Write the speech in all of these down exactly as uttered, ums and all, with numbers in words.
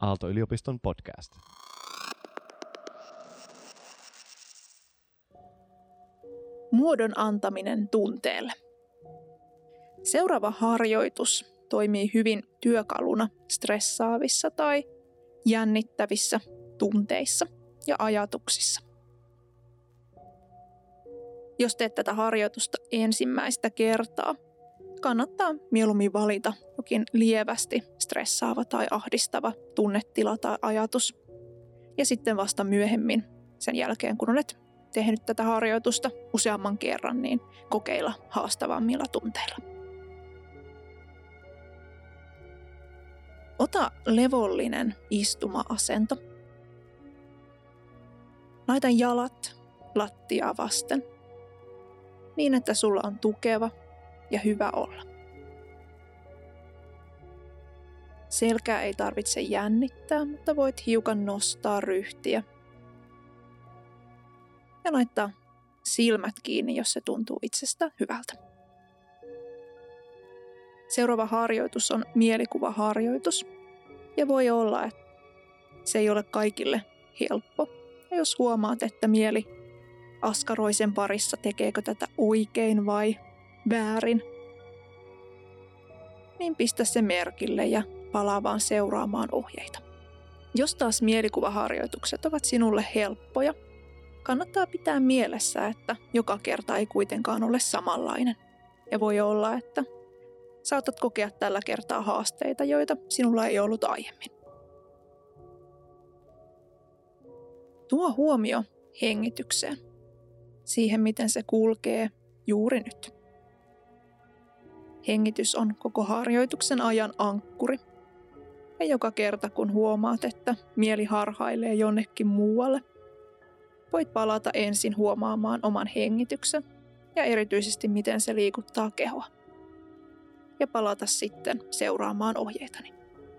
Aalto-yliopiston podcast. Muodon antaminen tunteelle. Seuraava harjoitus toimii hyvin työkaluna stressaavissa tai jännittävissä tunteissa ja ajatuksissa. Jos teet tätä harjoitusta ensimmäistä kertaa, kannattaa mieluummin valita jokin lievästi stressaava tai ahdistava tunnetila tai ajatus. Ja sitten vasta myöhemmin, sen jälkeen kun olet tehnyt tätä harjoitusta useamman kerran, niin kokeilla haastavammilla tunteilla. Ota levollinen istuma-asento. Laita jalat lattiaa vasten niin, että sulla on tukeva ja hyvä olla. Selkää ei tarvitse jännittää, mutta voit hiukan nostaa ryhtiä. Ja laittaa silmät kiinni, jos se tuntuu itsestä hyvältä. Seuraava harjoitus on mielikuvaharjoitus. Ja voi olla, että se ei ole kaikille helppo. Ja jos huomaat, että mieli askaroi sen parissa, tekeekö tätä oikein vai väärin, niin pistä se merkille ja palaa vaan seuraamaan ohjeita. Jos taas mielikuvaharjoitukset ovat sinulle helppoja, kannattaa pitää mielessä, että joka kerta ei kuitenkaan ole samanlainen. Ja voi olla, että saatat kokea tällä kertaa haasteita, joita sinulla ei ollut aiemmin. Tuo huomio hengitykseen, siihen miten se kulkee juuri nyt. Hengitys on koko harjoituksen ajan ankkuri. Ja joka kerta kun huomaat, että mieli harhailee jonnekin muualle, voit palata ensin huomaamaan oman hengityksen ja erityisesti miten se liikuttaa kehoa. Ja palata sitten seuraamaan ohjeitani.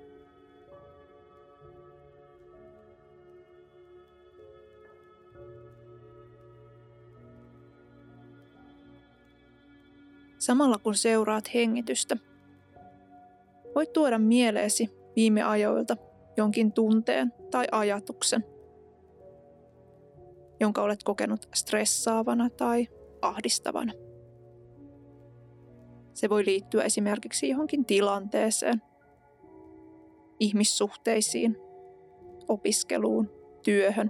Samalla kun seuraat hengitystä, voit tuoda mieleesi viime ajoilta jonkin tunteen tai ajatuksen, jonka olet kokenut stressaavana tai ahdistavana. Se voi liittyä esimerkiksi johonkin tilanteeseen, ihmissuhteisiin, opiskeluun, työhön.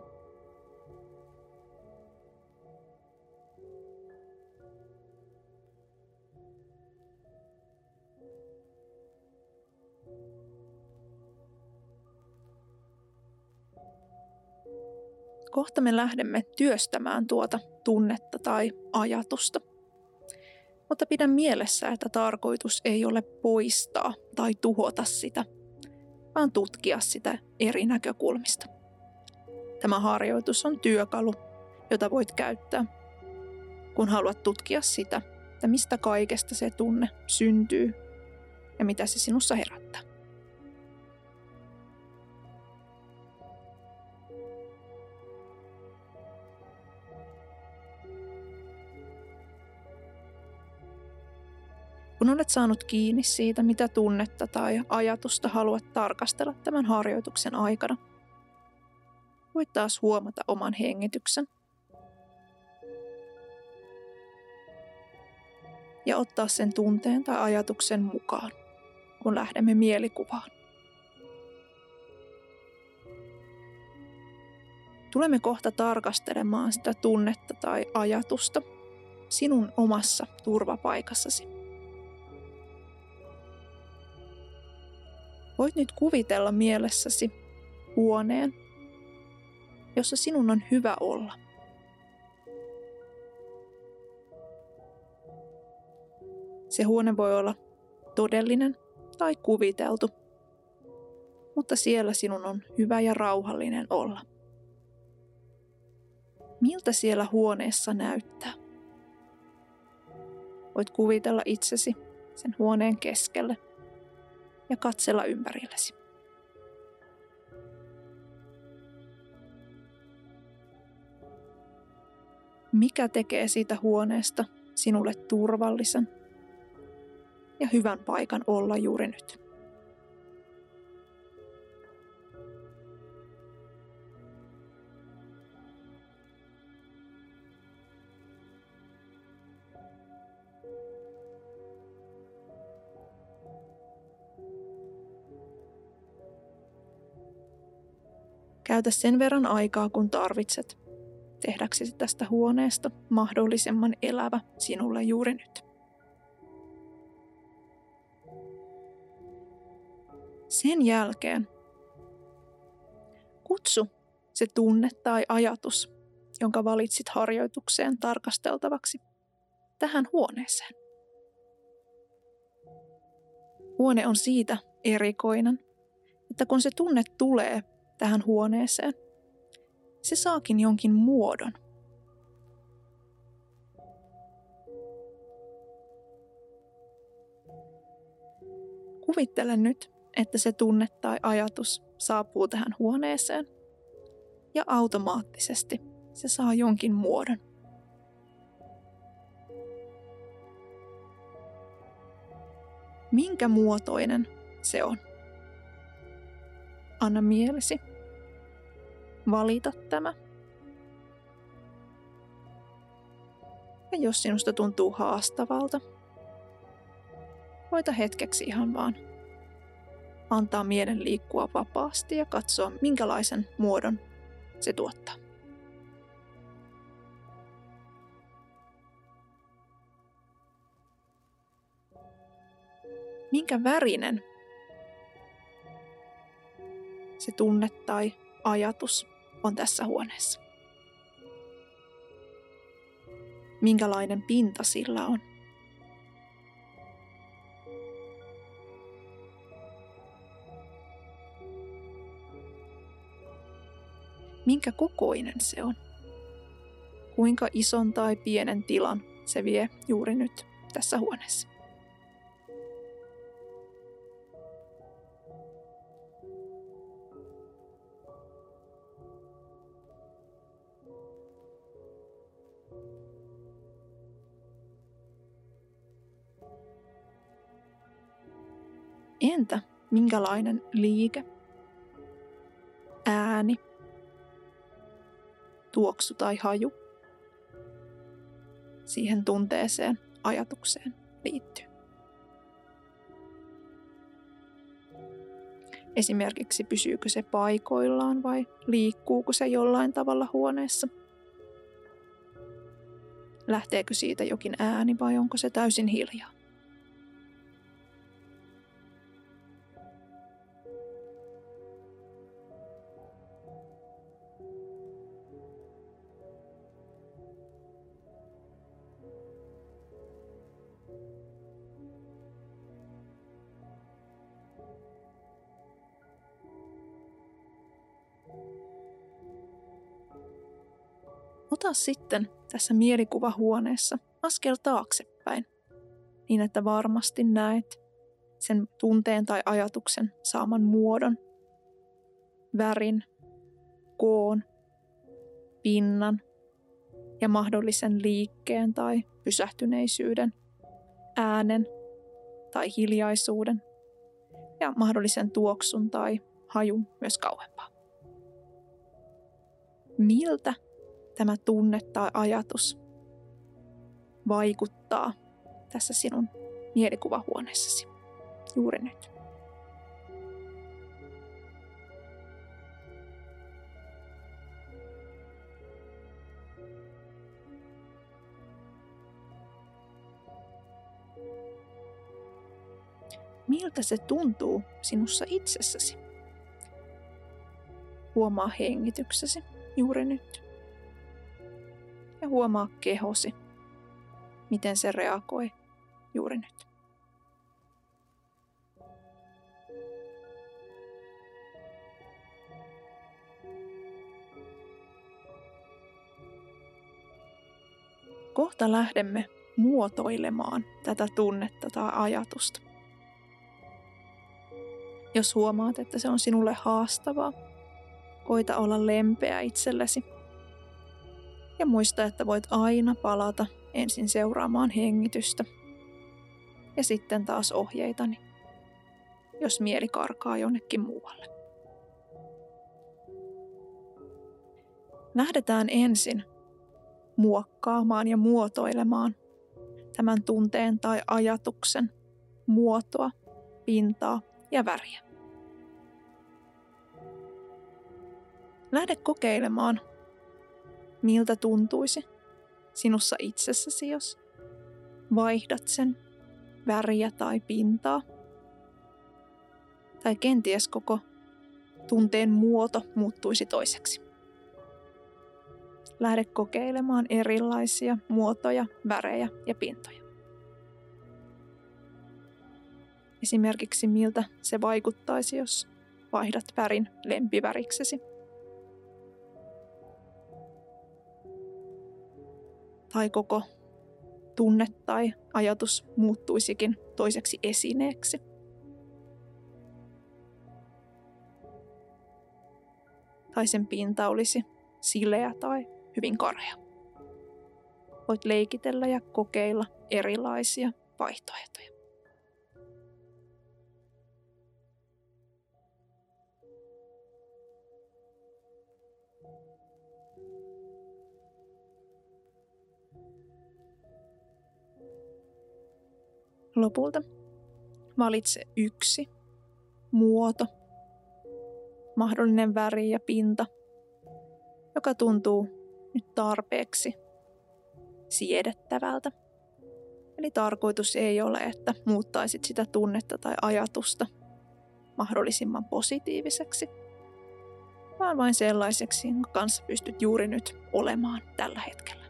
Kohta me lähdemme työstämään tuota tunnetta tai ajatusta. Mutta pidä mielessä, että tarkoitus ei ole poistaa tai tuhota sitä, vaan tutkia sitä eri näkökulmista. Tämä harjoitus on työkalu, jota voit käyttää, kun haluat tutkia sitä, että mistä kaikesta se tunne syntyy ja mitä se sinussa herättää. Kun olet saanut kiinni siitä, mitä tunnetta tai ajatusta haluat tarkastella tämän harjoituksen aikana, voit taas huomata oman hengityksen ja ottaa sen tunteen tai ajatuksen mukaan, kun lähdemme mielikuvaan. Tulemme kohta tarkastelemaan sitä tunnetta tai ajatusta sinun omassa turvapaikassasi. Voit nyt kuvitella mielessäsi huoneen, jossa sinun on hyvä olla. Se huone voi olla todellinen tai kuviteltu, mutta siellä sinun on hyvä ja rauhallinen olla. Miltä siellä huoneessa näyttää? Voit kuvitella itsesi sen huoneen keskelle ja katsella ympärillesi. Mikä tekee siitä huoneesta sinulle turvallisen ja hyvän paikan olla juuri nyt? Käytä sen verran aikaa, kun tarvitset, tehdäksesi tästä huoneesta mahdollisimman elävä sinulle juuri nyt. Sen jälkeen kutsu se tunne tai ajatus, jonka valitsit harjoitukseen tarkasteltavaksi, tähän huoneeseen. Huone on siitä erikoinen, että kun se tunne tulee tähän huoneeseen, se saakin jonkin muodon. Kuvittele nyt, että se tunne tai ajatus saapuu tähän huoneeseen ja automaattisesti se saa jonkin muodon. Minkä muotoinen se on? Anna mielesi valita tämä. Ja jos sinusta tuntuu haastavalta, voita hetkeksi ihan vaan antaa mielen liikkua vapaasti ja katsoa, minkälaisen muodon se tuottaa. Minkä värinen se tunne tai ajatus on tässä huoneessa? Minkälainen pinta sillä on? Minkä kokoinen se on? Kuinka ison tai pienen tilan se vie juuri nyt tässä huoneessa? Entä minkälainen liike, ääni, tuoksu tai haju siihen tunteeseen, ajatukseen liittyy? Esimerkiksi pysyykö se paikoillaan vai liikkuuko se jollain tavalla huoneessa? Lähteekö siitä jokin ääni vai onko se täysin hiljaa? Ota sitten tässä mielikuvahuoneessa askel taaksepäin, niin että varmasti näet sen tunteen tai ajatuksen saaman muodon, värin, koon, pinnan ja mahdollisen liikkeen tai pysähtyneisyyden, äänen tai hiljaisuuden ja mahdollisen tuoksun tai hajun myös kauempaa. Miltä tämä tunne tai ajatus vaikuttaa tässä sinun mielikuvahuoneessasi juuri nyt? Miltä se tuntuu sinussa itsessäsi? Huomaa hengityksesi juuri nyt. Ja huomaa kehosi, miten se reagoi juuri nyt. Kohta lähdemme muotoilemaan tätä tunnetta tai ajatusta. Jos huomaat, että se on sinulle haastavaa, koita olla lempeä itsellesi. Ja muista, että voit aina palata ensin seuraamaan hengitystä ja sitten taas ohjeitani, jos mieli karkaa jonnekin muualle. Lähdetään ensin muokkaamaan ja muotoilemaan tämän tunteen tai ajatuksen muotoa, pintaa ja väriä. Lähde kokeilemaan, miltä tuntuisi sinussa itsessäsi, jos vaihdat sen väriä tai pintaa. Tai kenties koko tunteen muoto muuttuisi toiseksi. Lähde kokeilemaan erilaisia muotoja, värejä ja pintoja. Esimerkiksi miltä se vaikuttaisi, jos vaihdat värin lempiväriksesi. Tai koko tunne tai ajatus muuttuisikin toiseksi esineeksi. Tai sen pinta olisi sileä tai hyvin karhea. Voit leikitellä ja kokeilla erilaisia vaihtoehtoja. Lopulta valitse yksi muoto, mahdollinen väri ja pinta, joka tuntuu nyt tarpeeksi siedettävältä. Eli tarkoitus ei ole, että muuttaisit sitä tunnetta tai ajatusta mahdollisimman positiiviseksi, vaan vain sellaiseksi, jonka kanssa pystyt juuri nyt olemaan tällä hetkellä.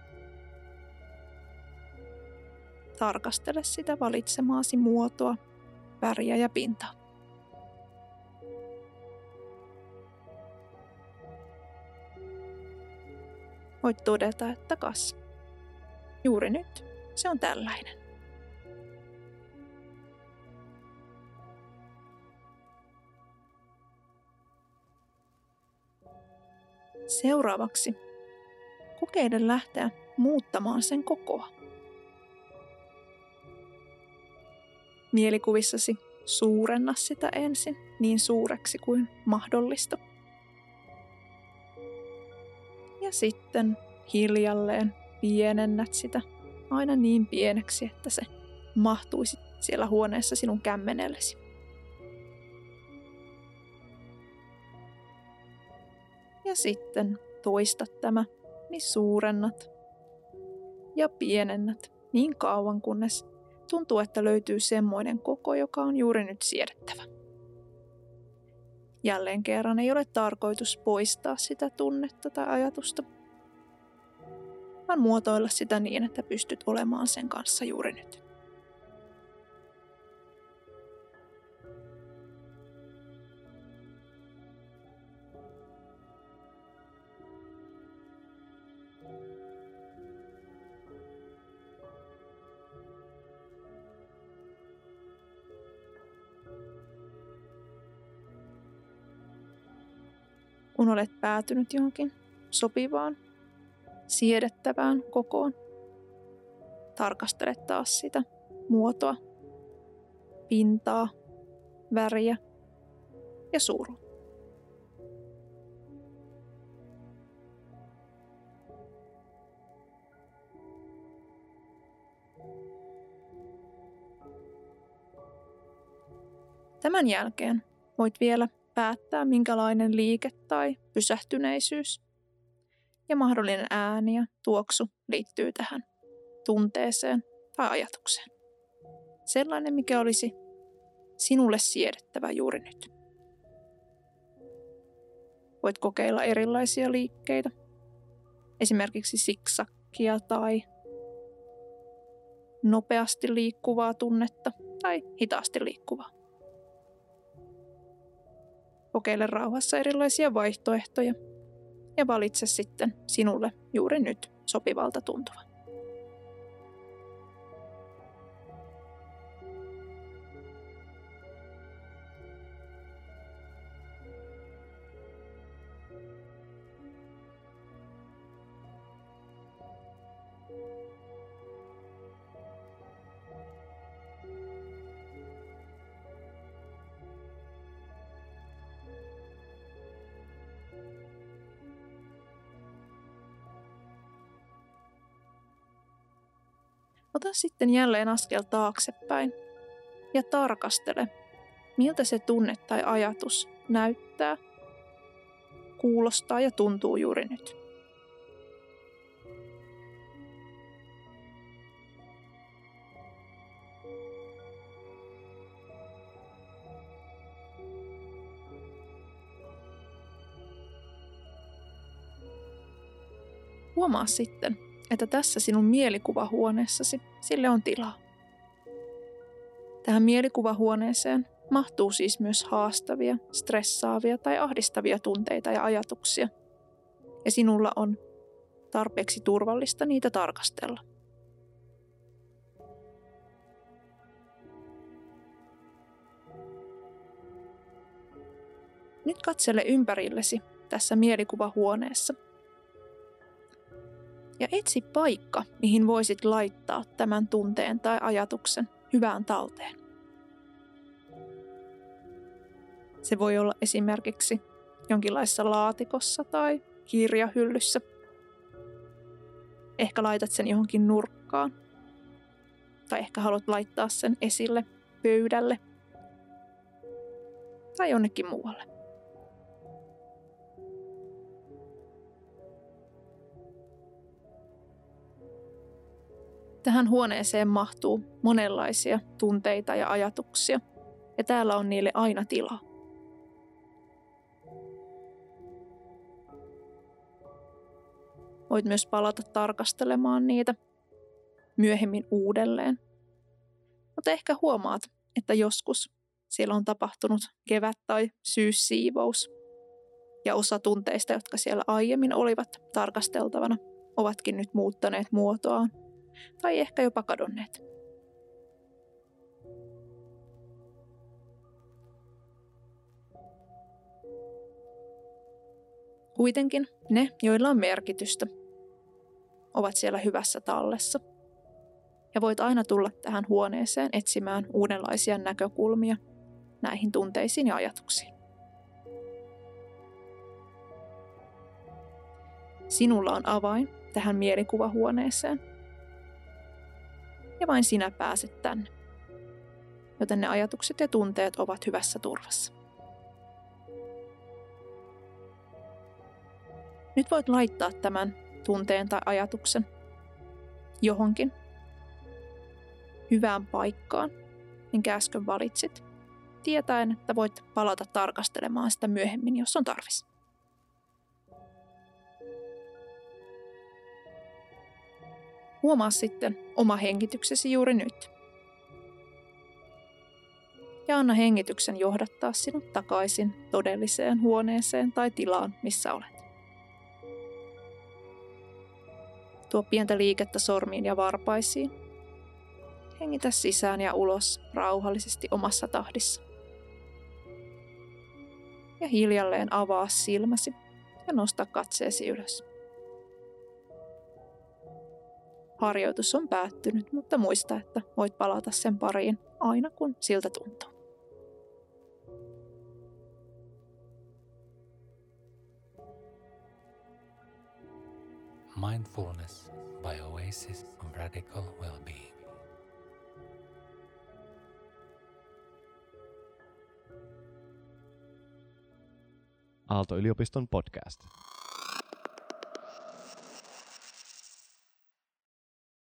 Tarkastele sitä valitsemaasi muotoa, väriä ja pintaa. Voit todeta, että kas, juuri nyt se on tällainen. Seuraavaksi kokeile lähteä muuttamaan sen kokoa. Mielikuvissasi suurenna sitä ensin niin suureksi kuin mahdollista. Ja sitten hiljalleen pienennät sitä aina niin pieneksi, että se mahtuisi siellä huoneessa sinun kämmenellesi. Ja sitten toistat tämä, niin suurennat ja pienennät niin kauan, kunnes tuntuu, että löytyy semmoinen koko, joka on juuri nyt siedettävä. Jälleen kerran ei ole tarkoitus poistaa sitä tunnetta tai ajatusta, vaan muotoilla sitä niin, että pystyt olemaan sen kanssa juuri nyt. Kun olet päätynyt johonkin sopivaan, siedettävään kokoon, tarkastele taas sitä muotoa, pintaa, väriä ja suuruutta. Tämän jälkeen voit vielä päättää, minkälainen liike tai pysähtyneisyys ja mahdollinen ääni ja tuoksu liittyy tähän tunteeseen tai ajatukseen. Sellainen, mikä olisi sinulle siedettävä juuri nyt. Voit kokeilla erilaisia liikkeitä, esimerkiksi siksakkia tai nopeasti liikkuvaa tunnetta tai hitaasti liikkuvaa. Kokeile rauhassa erilaisia vaihtoehtoja ja valitse sitten sinulle juuri nyt sopivalta tuntuva. Ota sitten jälleen askel taaksepäin ja tarkastele, miltä se tunne tai ajatus näyttää, kuulostaa ja tuntuu juuri nyt. Huomaa sitten, että tässä sinun mielikuvahuoneessasi sille on tilaa. Tähän mielikuvahuoneeseen mahtuu siis myös haastavia, stressaavia tai ahdistavia tunteita ja ajatuksia. Ja sinulla on tarpeeksi turvallista niitä tarkastella. Nyt katsele ympärillesi tässä mielikuvahuoneessa. Ja etsi paikka, mihin voisit laittaa tämän tunteen tai ajatuksen hyvään talteen. Se voi olla esimerkiksi jonkinlaisessa laatikossa tai kirjahyllyssä. Ehkä laitat sen johonkin nurkkaan. Tai ehkä haluat laittaa sen esille pöydälle. Tai jonnekin muualle. Tähän huoneeseen mahtuu monenlaisia tunteita ja ajatuksia, ja täällä on niille aina tilaa. Voit myös palata tarkastelemaan niitä myöhemmin uudelleen. Mutta ehkä huomaat, että joskus siellä on tapahtunut kevät- tai syyssiivous, ja osa tunteista, jotka siellä aiemmin olivat tarkasteltavana, ovatkin nyt muuttaneet muotoaan. Tai ehkä jopa kadonneet. Kuitenkin ne, joilla on merkitystä, ovat siellä hyvässä tallessa. Ja voit aina tulla tähän huoneeseen etsimään uudenlaisia näkökulmia näihin tunteisiin ja ajatuksiin. Sinulla on avain tähän mielikuvahuoneeseen. Ja vain sinä pääset tänne, joten ne ajatukset ja tunteet ovat hyvässä turvassa. Nyt voit laittaa tämän tunteen tai ajatuksen johonkin hyvään paikkaan, minkä äsken valitsit, tietäen, että voit palata tarkastelemaan sitä myöhemmin, jos on tarvis. Huomaa sitten oma hengityksesi juuri nyt. Ja anna hengityksen johdattaa sinut takaisin todelliseen huoneeseen tai tilaan, missä olet. Tuo pientä liikettä sormiin ja varpaisiin. Hengitä sisään ja ulos rauhallisesti omassa tahdissa. Ja hiljalleen avaa silmäsi ja nosta katseesi ylös. Harjoitus on päättynyt, mutta muista, että voit palata sen pariin aina kun siltä tuntuu. Mindfulness by Oasis of Radical Well-being. Aalto-yliopiston podcast.